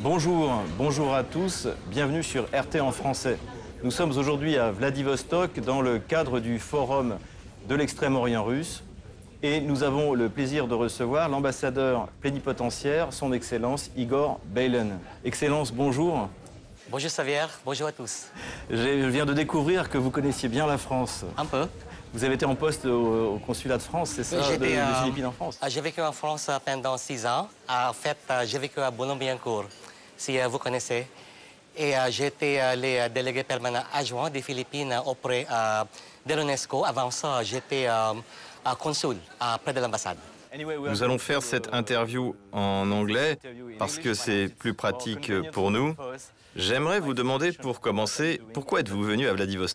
Bonjour à tous, bienvenue sur RT en français. Nous sommes aujourd'hui à Vladivostok dans le cadre du forum de l'extrême-orient russe et nous avons le plaisir de recevoir l'ambassadeur plénipotentiaire, son Excellence Igor Beilen. Excellence, bonjour. Bonjour Xavier, bonjour à tous. Je viens de découvrir que vous connaissiez bien la France. Un peu. Vous avez été en poste au consulat de France, c'est ça, de Philippines en France? J'ai vécu en France pendant 6 ans. En fait, j'ai vécu à Boulogne-Billancourt, si vous connaissez. Et j'étais le délégué permanent adjoint des Philippines auprès de l'UNESCO. Avant ça, j'étais consul près de l'ambassade. Nous allons faire cette interview en anglais parce que c'est plus pratique pour nous. J'aimerais vous demander, pour commencer, pourquoi êtes-vous venu à Vladivostok ?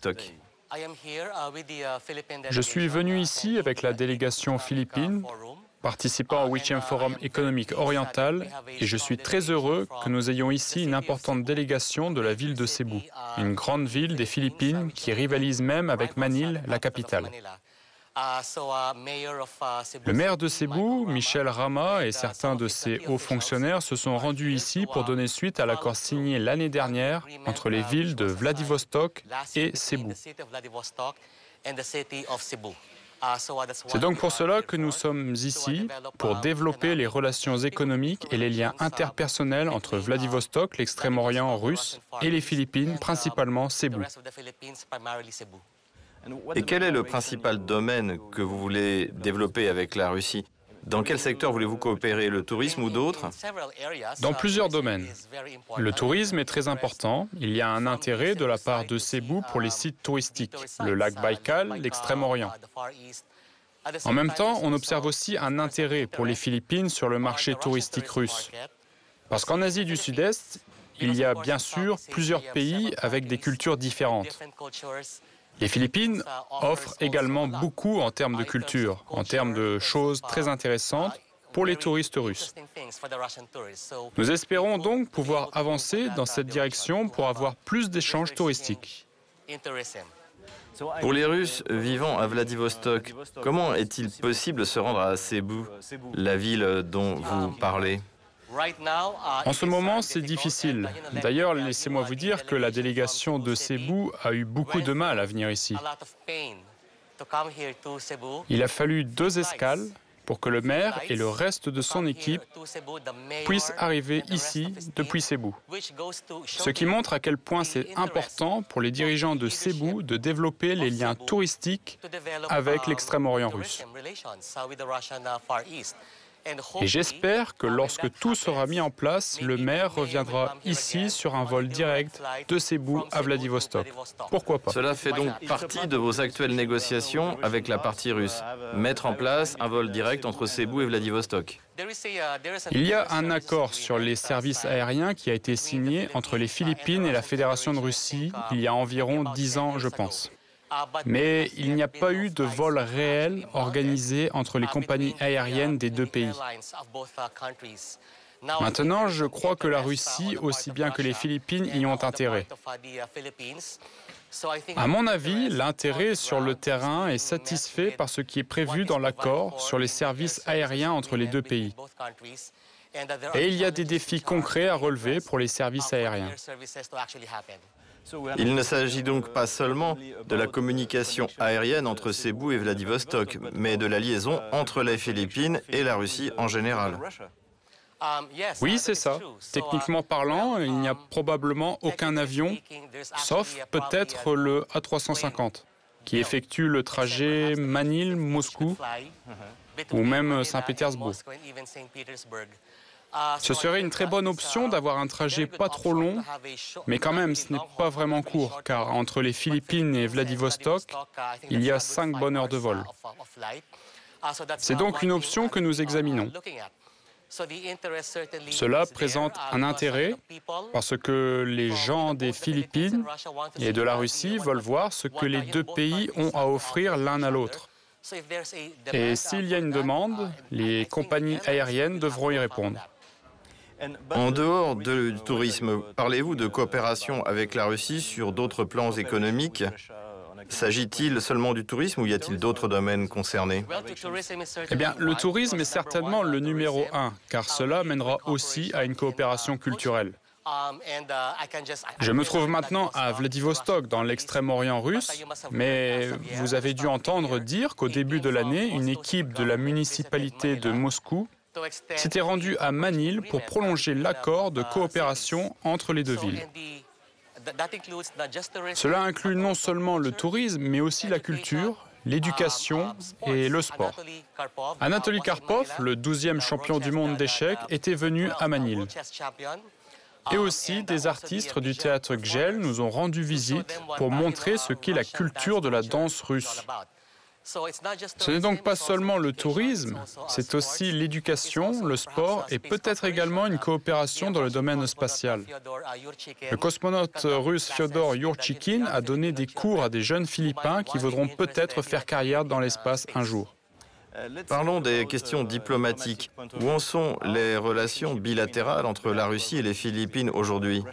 Je suis venu ici avec la délégation philippine, participant au 8e Forum économique oriental, et je suis très heureux que nous ayons ici une importante délégation de la ville de Cebu, une grande ville des Philippines qui rivalise même avec Manille, la capitale. Le maire de Cebu, Michel Rama, et certains de ses hauts fonctionnaires se sont rendus ici pour donner suite à l'accord signé l'année dernière entre les villes de Vladivostok et Cebu. C'est donc pour cela que nous sommes ici, pour développer les relations économiques et les liens interpersonnels entre Vladivostok, l'extrême-orient russe, et les Philippines, principalement Cebu. Et quel est le principal domaine que vous voulez développer avec la Russie ? Dans quel secteur voulez-vous coopérer, le tourisme ou d'autres ? Dans plusieurs domaines. Le tourisme est très important. Il y a un intérêt de la part de Cebu pour les sites touristiques, le lac Baïkal, l'Extrême-Orient. En même temps, on observe aussi un intérêt pour les Philippines sur le marché touristique russe. Parce qu'en Asie du Sud-Est, il y a bien sûr plusieurs pays avec des cultures différentes. Les Philippines offrent également beaucoup en termes de culture, en termes de choses très intéressantes pour les touristes russes. Nous espérons donc pouvoir avancer dans cette direction pour avoir plus d'échanges touristiques. Pour les Russes vivant à Vladivostok, comment est-il possible de se rendre à Cebu, la ville dont vous parlez ? En ce moment, c'est difficile. D'ailleurs, laissez-moi vous dire que la délégation de Cebu a eu beaucoup de mal à venir ici. Il a fallu 2 escales pour que le maire et le reste de son équipe puissent arriver ici depuis Cebu. Ce qui montre à quel point c'est important pour les dirigeants de Cebu de développer les liens touristiques avec l'extrême-orient russe. Et j'espère que lorsque tout sera mis en place, le maire reviendra ici sur un vol direct de Cebu à Vladivostok. Pourquoi pas ? Cela fait donc partie de vos actuelles négociations avec la partie russe. Mettre en place un vol direct entre Cebu et Vladivostok. Il y a un accord sur les services aériens qui a été signé entre les Philippines et la Fédération de Russie il y a environ 10 ans, je pense. Mais il n'y a pas eu de vol réel organisé entre les compagnies aériennes des 2 pays. Maintenant, je crois que la Russie, aussi bien que les Philippines, y ont intérêt. À mon avis, l'intérêt sur le terrain est satisfait par ce qui est prévu dans l'accord sur les services aériens entre les 2 pays. Et il y a des défis concrets à relever pour les services aériens. Il ne s'agit donc pas seulement de la communication aérienne entre Cebu et Vladivostok, mais de la liaison entre les Philippines et la Russie en général. Oui, c'est ça. Techniquement parlant, il n'y a probablement aucun avion, sauf peut-être le A350, qui effectue le trajet Manille-Moscou ou même Saint-Pétersbourg. Ce serait une très bonne option d'avoir un trajet pas trop long, mais quand même, ce n'est pas vraiment court, car entre les Philippines et Vladivostok, il y a 5 bonnes heures de vol. C'est donc une option que nous examinons. Cela présente un intérêt parce que les gens des Philippines et de la Russie veulent voir ce que les 2 pays ont à offrir l'un à l'autre. Et s'il y a une demande, les compagnies aériennes devront y répondre. En dehors du tourisme, parlez-vous de coopération avec la Russie sur d'autres plans économiques ? S'agit-il seulement du tourisme ou y a-t-il d'autres domaines concernés ? Eh bien, le tourisme est certainement le numéro 1, car cela mènera aussi à une coopération culturelle. Je me trouve maintenant à Vladivostok, dans l'extrême-orient russe, mais vous avez dû entendre dire qu'au début de l'année, une équipe de la municipalité de Moscou s'était rendue à Manille pour prolonger l'accord de coopération entre les deux villes. Cela inclut non seulement le tourisme, mais aussi la culture, l'éducation et le sport. Anatoly Karpov, le 12e champion du monde d'échecs, était venu à Manille. Et aussi, des artistes du théâtre Gzhel nous ont rendu visite pour montrer ce qu'est la culture de la danse russe. Ce n'est donc pas seulement le tourisme, c'est aussi l'éducation, le sport et peut-être également une coopération dans le domaine spatial. Le cosmonaute russe Fyodor Yurchikhin a donné des cours à des jeunes Philippins qui voudront peut-être faire carrière dans l'espace un jour. Parlons des questions diplomatiques. Où en sont les relations bilatérales entre la Russie et les Philippines aujourd'hui?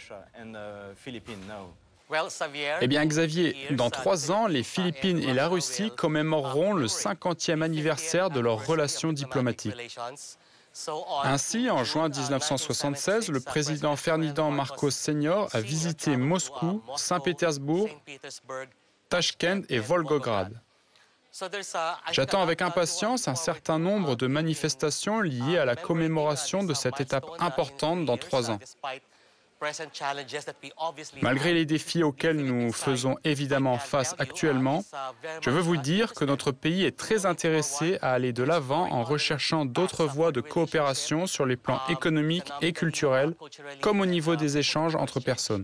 Eh bien, Xavier, dans 3 ans, les Philippines et la Russie commémoreront le 50e anniversaire de leurs relations diplomatiques. Ainsi, en juin 1976, le président Ferdinand Marcos Sr. a visité Moscou, Saint-Pétersbourg, Tachkent et Volgograd. J'attends avec impatience un certain nombre de manifestations liées à la commémoration de cette étape importante dans 3 ans. Malgré les défis auxquels nous faisons évidemment face actuellement, je veux vous dire que notre pays est très intéressé à aller de l'avant en recherchant d'autres voies de coopération sur les plans économiques et culturels, comme au niveau des échanges entre personnes.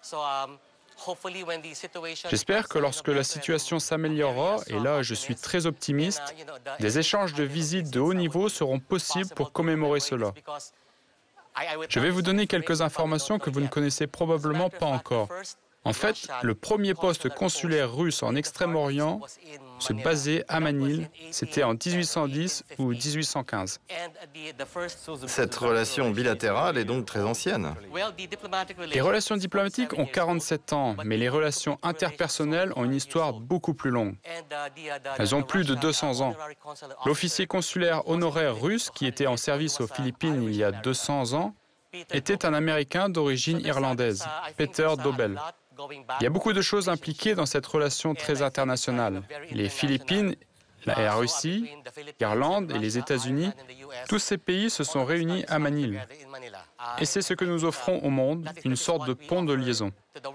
J'espère que lorsque la situation s'améliorera, et là je suis très optimiste, des échanges de visites de haut niveau seront possibles pour commémorer cela. Je vais vous donner quelques informations que vous ne connaissez probablement pas encore. En fait, le premier poste consulaire russe en Extrême-Orient se basait à Manille. C'était en 1810 ou 1815. Cette relation bilatérale est donc très ancienne. Les relations diplomatiques ont 47 ans, mais les relations interpersonnelles ont une histoire beaucoup plus longue. Elles ont plus de 200 ans. L'officier consulaire honoraire russe, qui était en service aux Philippines il y a 200 ans, était un Américain d'origine irlandaise, Peter Dobell. Il y a beaucoup de choses impliquées dans cette relation très internationale. Les Philippines, la Russie, l'Irlande et les États-Unis, tous ces pays se sont réunis à Manille. Et c'est ce que nous offrons au monde, une sorte de pont de liaison.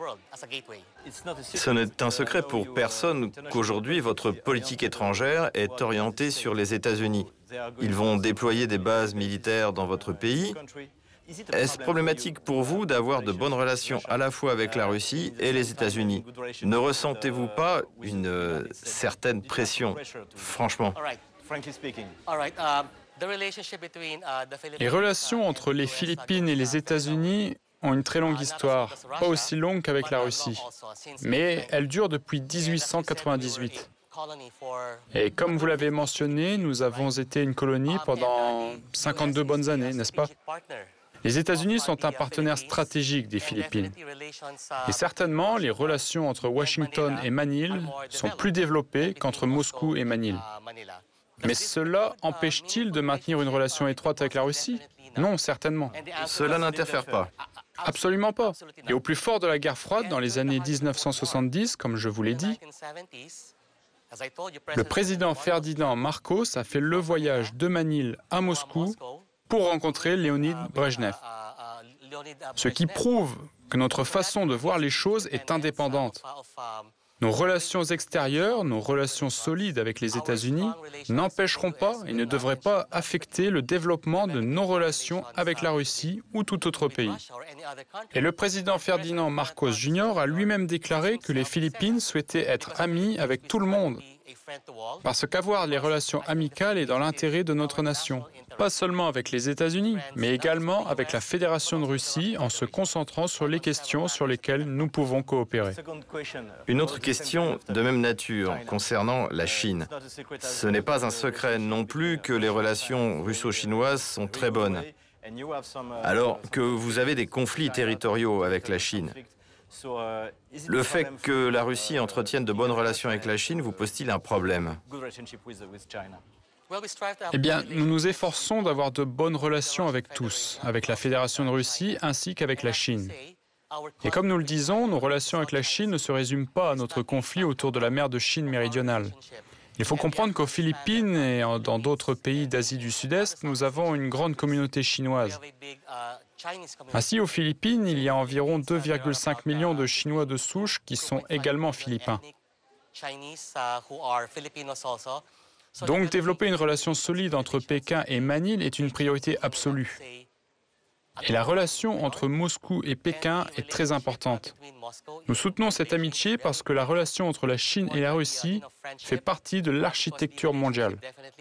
Ce n'est un secret pour personne qu'aujourd'hui votre politique étrangère est orientée sur les États-Unis. Ils vont déployer des bases militaires dans votre pays. Est-ce problématique pour vous d'avoir de bonnes relations à la fois avec la Russie et les États-Unis? Ne ressentez-vous pas une certaine pression, franchement? Les relations entre les Philippines et les États-Unis ont une très longue histoire, pas aussi longue qu'avec la Russie, mais elle dure depuis 1898. Et comme vous l'avez mentionné, nous avons été une colonie pendant 52 bonnes années, n'est-ce pas? Les États-Unis sont un partenaire stratégique des Philippines. Et certainement, les relations entre Washington et Manille sont plus développées qu'entre Moscou et Manille. Mais cela empêche-t-il de maintenir une relation étroite avec la Russie? Non, certainement. Cela n'interfère pas. Absolument pas. Et au plus fort de la guerre froide, dans les années 1970, comme je vous l'ai dit, le président Ferdinand Marcos a fait le voyage de Manille à Moscou pour rencontrer Léonid Brejnev. Ce qui prouve que notre façon de voir les choses est indépendante. Nos relations extérieures, nos relations solides avec les États-Unis n'empêcheront pas et ne devraient pas affecter le développement de nos relations avec la Russie ou tout autre pays. Et le président Ferdinand Marcos Jr. a lui-même déclaré que les Philippines souhaitaient être amis avec tout le monde, parce qu'avoir les relations amicales est dans l'intérêt de notre nation. Pas seulement avec les États-Unis, mais également avec la Fédération de Russie en se concentrant sur les questions sur lesquelles nous pouvons coopérer. Une autre question de même nature concernant la Chine. Ce n'est pas un secret non plus que les relations russo-chinoises sont très bonnes, alors que vous avez des conflits territoriaux avec la Chine. Le fait que la Russie entretienne de bonnes relations avec la Chine vous pose-t-il un problème? Eh bien, nous nous efforçons d'avoir de bonnes relations avec tous, avec la Fédération de Russie ainsi qu'avec la Chine. Et comme nous le disons, nos relations avec la Chine ne se résument pas à notre conflit autour de la mer de Chine méridionale. Il faut comprendre qu'aux Philippines et dans d'autres pays d'Asie du Sud-Est, nous avons une grande communauté chinoise. Ainsi, aux Philippines, il y a environ 2,5 millions de Chinois de souche qui sont également philippins. Donc, développer une relation solide entre Pékin et Manille est une priorité absolue. Et la relation entre Moscou et Pékin est très importante. Nous soutenons cette amitié parce que la relation entre la Chine et la Russie fait partie de l'architecture mondiale.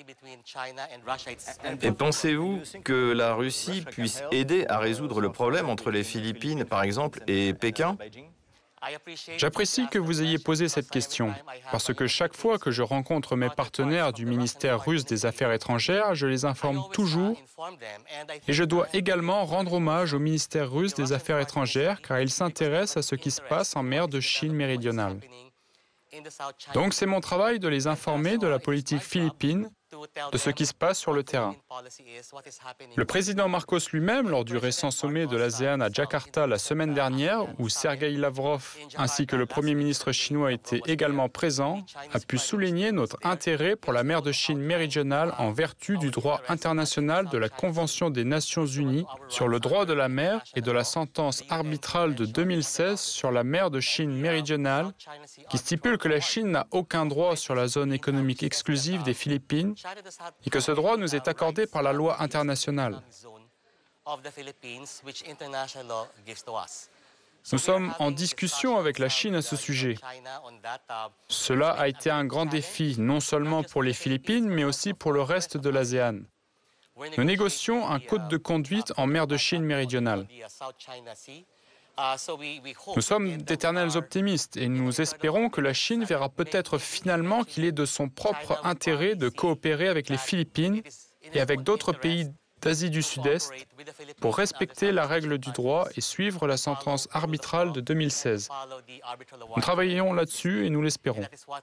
Et pensez-vous que la Russie puisse aider à résoudre le problème entre les Philippines, par exemple, et Pékin ? J'apprécie que vous ayez posé cette question, parce que chaque fois que je rencontre mes partenaires du ministère russe des Affaires étrangères, je les informe toujours, et je dois également rendre hommage au ministère russe des Affaires étrangères, car il s'intéresse à ce qui se passe en mer de Chine méridionale. Donc c'est mon travail de les informer de la politique philippine, de ce qui se passe sur le terrain. Le président Marcos lui-même, lors du récent sommet de l'ASEAN à Jakarta la semaine dernière, où Sergueï Lavrov ainsi que le Premier ministre chinois étaient également présents, a pu souligner notre intérêt pour la mer de Chine méridionale en vertu du droit international de la Convention des Nations Unies sur le droit de la mer et de la sentence arbitrale de 2016 sur la mer de Chine méridionale, qui stipule que la Chine n'a aucun droit sur la zone économique exclusive des Philippines et que ce droit nous est accordé par la loi internationale. Nous sommes en discussion avec la Chine à ce sujet. Cela a été un grand défi, non seulement pour les Philippines, mais aussi pour le reste de l'ASEAN. Nous négocions un code de conduite en mer de Chine méridionale. Nous sommes d'éternels optimistes et nous espérons que la Chine verra peut-être finalement qu'il est de son propre intérêt de coopérer avec les Philippines et avec d'autres pays d'Asie du Sud-Est pour respecter la règle du droit et suivre la sentence arbitrale de 2016. Nous travaillons là-dessus et nous l'espérons.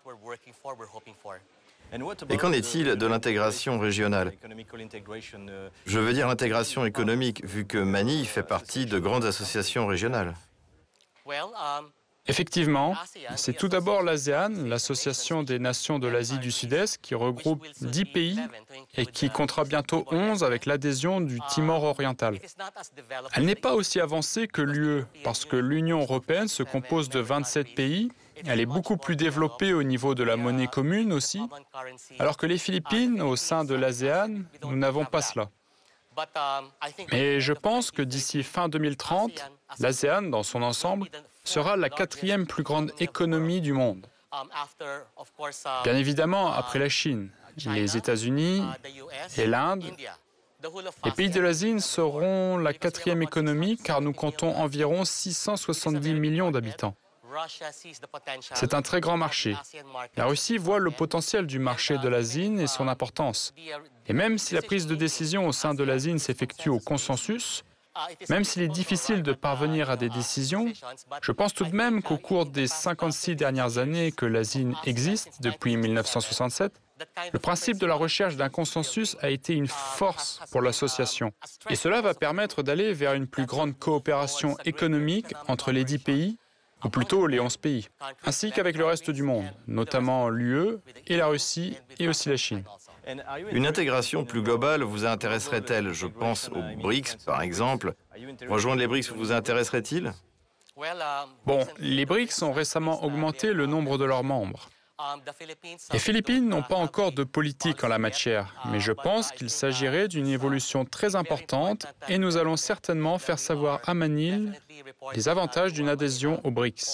Et qu'en est-il de l'intégration régionale ? Je veux dire l'intégration économique, vu que Manille fait partie de grandes associations régionales. Effectivement, c'est tout d'abord l'ASEAN, l'Association des nations de l'Asie du Sud-Est, qui regroupe 10 pays et qui comptera bientôt 11 avec l'adhésion du Timor oriental. Elle n'est pas aussi avancée que l'UE, parce que l'Union européenne se compose de 27 pays. Elle est beaucoup plus développée au niveau de la monnaie commune aussi, alors que les Philippines, au sein de l'ASEAN, nous n'avons pas cela. Mais je pense que d'ici fin 2030, l'ASEAN, dans son ensemble, sera la 4e plus grande économie du monde. Bien évidemment, après la Chine, les États-Unis et l'Inde, les pays de l'Asie seront la 4e économie car nous comptons environ 670 millions d'habitants. C'est un très grand marché. La Russie voit le potentiel du marché de l'ASEAN et son importance. Et même si la prise de décision au sein de l'ASEAN s'effectue au consensus, même s'il est difficile de parvenir à des décisions, je pense tout de même qu'au cours des 56 dernières années que l'ASEAN existe, depuis 1967, le principe de la recherche d'un consensus a été une force pour l'association. Et cela va permettre d'aller vers une plus grande coopération économique entre les 10 pays, ou plutôt les 11 pays, ainsi qu'avec le reste du monde, notamment l'UE et la Russie et aussi la Chine. Une intégration plus globale vous intéresserait-elle ? Je pense aux BRICS, par exemple. Rejoindre les BRICS vous intéresserait-il ? Bon, les BRICS ont récemment augmenté le nombre de leurs membres. Les Philippines n'ont pas encore de politique en la matière, mais je pense qu'il s'agirait d'une évolution très importante et nous allons certainement faire savoir à Manille les avantages d'une adhésion aux BRICS.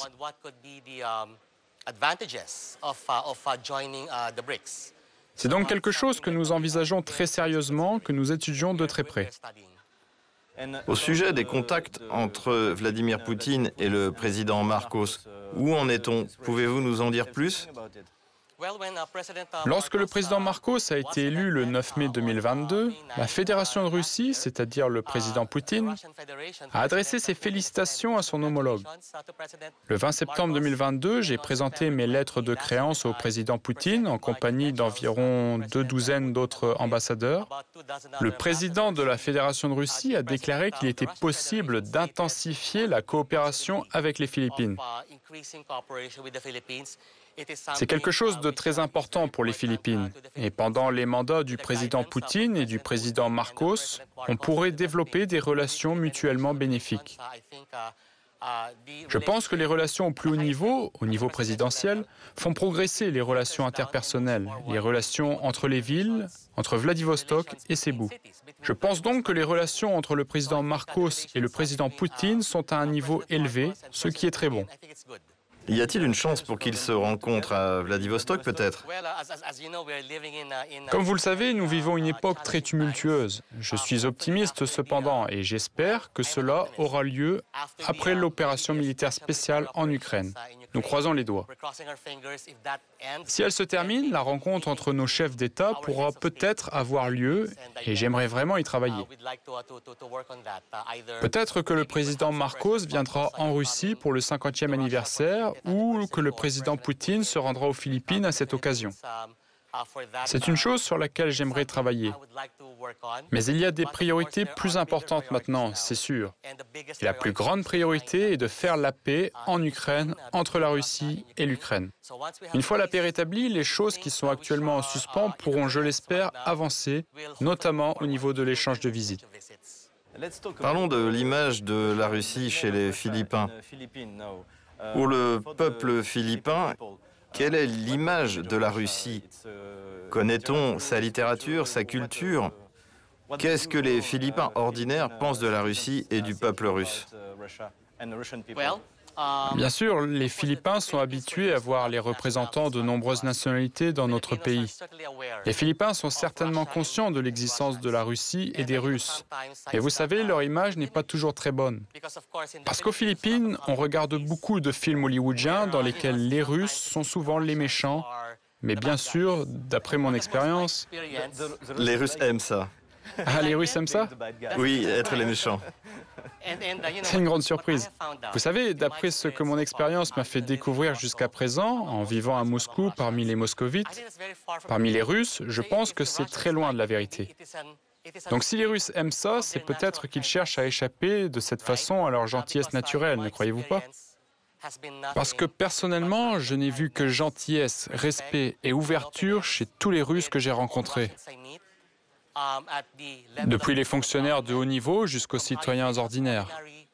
C'est donc quelque chose que nous envisageons très sérieusement, que nous étudions de très près. Au sujet des contacts entre Vladimir Poutine et le président Marcos, où en est-on ? Pouvez-vous nous en dire plus ? Lorsque le président Marcos a été élu le 9 mai 2022, la Fédération de Russie, c'est-à-dire le président Poutine, a adressé ses félicitations à son homologue. Le 20 septembre 2022, j'ai présenté mes lettres de créance au président Poutine en compagnie d'environ 2 douzaines d'autres ambassadeurs. Le président de la Fédération de Russie a déclaré qu'il était possible d'intensifier la coopération avec les Philippines. C'est quelque chose de très important pour les Philippines. Et pendant les mandats du président Poutine et du président Marcos, on pourrait développer des relations mutuellement bénéfiques. Je pense que les relations au plus haut niveau présidentiel, font progresser les relations interpersonnelles, les relations entre les villes, entre Vladivostok et Cebu. Je pense donc que les relations entre le président Marcos et le président Poutine sont à un niveau élevé, ce qui est très bon. Y a-t-il une chance pour qu'ils se rencontrent à Vladivostok, peut-être? Comme vous le savez, nous vivons une époque très tumultueuse. Je suis optimiste cependant et j'espère que cela aura lieu après l'opération militaire spéciale en Ukraine. Nous croisons les doigts. Si elle se termine, la rencontre entre nos chefs d'État pourra peut-être avoir lieu et j'aimerais vraiment y travailler. Peut-être que le président Marcos viendra en Russie pour le 50e anniversaire ou que le président Poutine se rendra aux Philippines à cette occasion. C'est une chose sur laquelle j'aimerais travailler. Mais il y a des priorités plus importantes maintenant, c'est sûr. Et la plus grande priorité est de faire la paix en Ukraine, entre la Russie et l'Ukraine. Une fois la paix rétablie, les choses qui sont actuellement en suspens pourront, je l'espère, avancer, notamment au niveau de l'échange de visites. Parlons de l'image de la Russie chez les Philippins. Pour le peuple philippin, quelle est l'image de la Russie? Connaît-on sa littérature, sa culture? Qu'est-ce que les Philippins ordinaires pensent de la Russie et du peuple russe? Bien sûr, les Philippins sont habitués à voir les représentants de nombreuses nationalités dans notre pays. Les Philippins sont certainement conscients de l'existence de la Russie et des Russes. Et vous savez, leur image n'est pas toujours très bonne. Parce qu'aux Philippines, on regarde beaucoup de films hollywoodiens dans lesquels les Russes sont souvent les méchants. Mais bien sûr, d'après mon expérience... Les Russes aiment ça. Ah, les Russes aiment ça? Oui, être les méchants. C'est une grande surprise. Vous savez, d'après ce que mon expérience m'a fait découvrir jusqu'à présent, en vivant à Moscou parmi les moscovites, parmi les Russes, je pense que c'est très loin de la vérité. Donc si les Russes aiment ça, c'est peut-être qu'ils cherchent à échapper de cette façon à leur gentillesse naturelle, ne croyez-vous pas? Parce que personnellement, je n'ai vu que gentillesse, respect et ouverture chez tous les Russes que j'ai rencontrés. Depuis les fonctionnaires de haut niveau jusqu'aux citoyens ordinaires.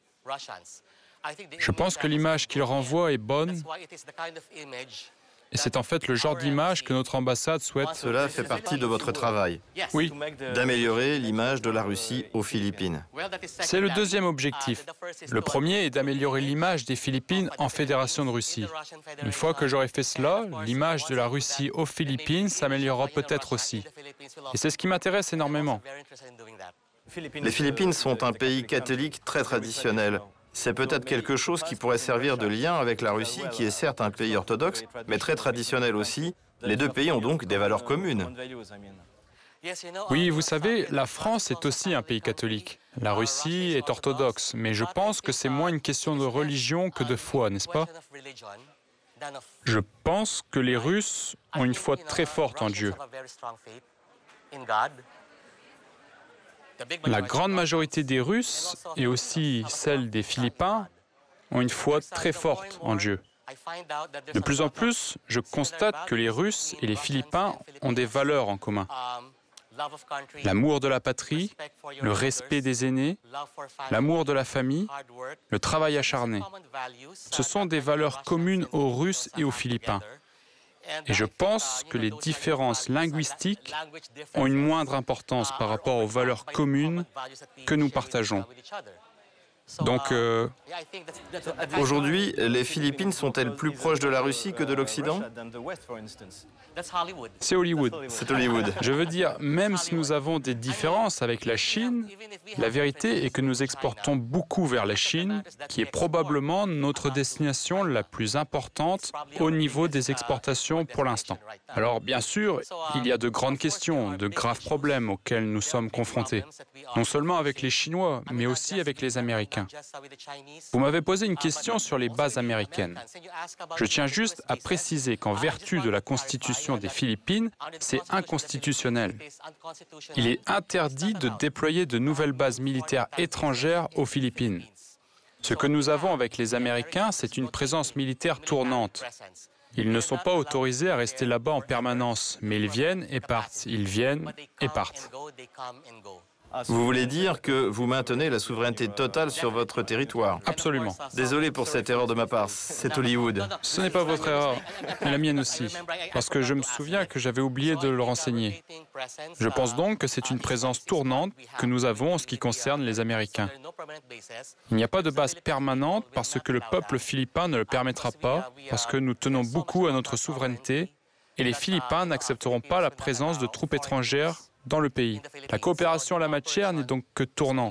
Je pense que l'image qu'ils renvoient est bonne et c'est en fait le genre d'image que notre ambassade souhaite. Cela fait partie de votre travail. Oui, D'améliorer l'image de la Russie aux Philippines. c'est le deuxième objectif. Le premier est d'améliorer l'image des Philippines en Fédération de Russie. Une fois que j'aurai fait cela, l'image de la Russie aux Philippines s'améliorera peut-être aussi. Et c'est ce qui m'intéresse énormément. Les Philippines sont un pays catholique très traditionnel. C'est peut-être quelque chose qui pourrait servir de lien avec la Russie, qui est certes un pays orthodoxe, mais très traditionnel aussi. Les deux pays ont donc des valeurs communes. Oui, vous savez, la France est aussi un pays catholique. La Russie est orthodoxe, mais je pense que c'est moins une question de religion que de foi, n'est-ce pas? Je pense que les Russes ont une foi très forte en Dieu. La grande majorité des Russes, et aussi celle des Philippins, ont une foi très forte en Dieu. De plus en plus, je constate que les Russes et les Philippins ont des valeurs en commun. L'amour de la patrie, le respect des aînés, l'amour de la famille, le travail acharné. Ce sont des valeurs communes aux Russes et aux Philippins. Et je pense que les différences linguistiques ont une moindre importance par rapport aux valeurs communes que nous partageons. Donc, Aujourd'hui, les Philippines sont-elles plus proches de la Russie que de l'Occident? c'est Hollywood. C'est Hollywood. Je veux dire, même si nous avons des différences avec la Chine, la vérité est que nous exportons beaucoup vers la Chine, qui est probablement notre destination la plus importante au niveau des exportations pour l'instant. Alors, bien sûr, il y a de grandes questions, de graves problèmes auxquels nous sommes confrontés, non seulement avec les Chinois, mais aussi avec les Américains. Vous m'avez posé une question sur les bases américaines. Je tiens juste à préciser qu'en vertu de la Constitution des Philippines, c'est inconstitutionnel. Il est interdit de déployer de nouvelles bases militaires étrangères aux Philippines. Ce que nous avons avec les Américains, c'est une présence militaire tournante. Ils ne sont pas autorisés à rester là-bas en permanence, mais ils viennent et partent, ils viennent et partent. Vous voulez dire que vous maintenez la souveraineté totale sur votre territoire? Absolument. Désolé pour cette erreur de ma part, c'est Hollywood. Ce n'est pas votre erreur, mais la mienne aussi, parce que je me souviens que j'avais oublié de le renseigner. Je pense donc que c'est une présence tournante que nous avons en ce qui concerne les Américains. Il n'y a pas de base permanente parce que le peuple philippin ne le permettra pas, parce que nous tenons beaucoup à notre souveraineté et les Philippins n'accepteront pas la présence de troupes étrangères dans le pays. La coopération en la matière n'est donc que tournante.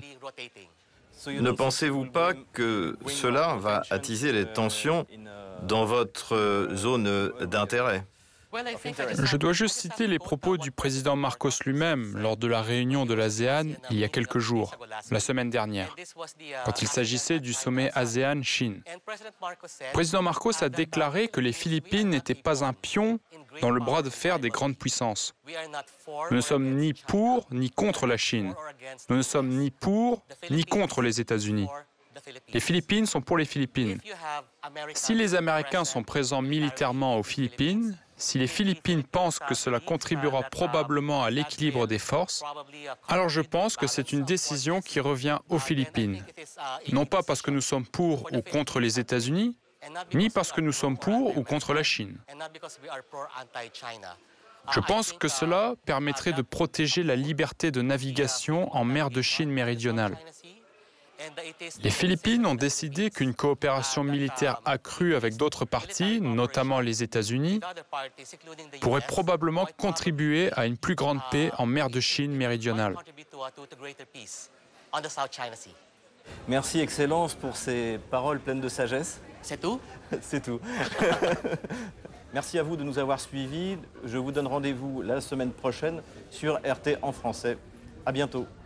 Ne pensez-vous pas que cela va attiser les tensions dans votre zone d'intérêt? Je dois juste citer les propos du président Marcos lui-même lors de la réunion de l'ASEAN il y a quelques jours, la semaine dernière, quand il s'agissait du sommet ASEAN-Chine. Le président Marcos a déclaré que les Philippines n'étaient pas un pion dans le bras de fer des grandes puissances. Nous ne sommes ni pour ni contre la Chine. Nous ne sommes ni pour ni contre les États-Unis. Les Philippines sont pour les Philippines. Si les Américains sont présents militairement aux Philippines, si les Philippines pensent que cela contribuera probablement à l'équilibre des forces, alors je pense que c'est une décision qui revient aux Philippines. Non pas parce que nous sommes pour ou contre les États-Unis, ni parce que nous sommes pour ou contre la Chine. Je pense que cela permettrait de protéger la liberté de navigation en mer de Chine méridionale. Les Philippines ont décidé qu'une coopération militaire accrue avec d'autres parties, notamment les États-Unis, pourrait probablement contribuer à une plus grande paix en mer de Chine méridionale. Merci, Excellence, pour ces paroles pleines de sagesse. C'est tout? C'est tout. Merci à vous de nous avoir suivis. Je vous donne rendez-vous la semaine prochaine sur RT en français. À bientôt.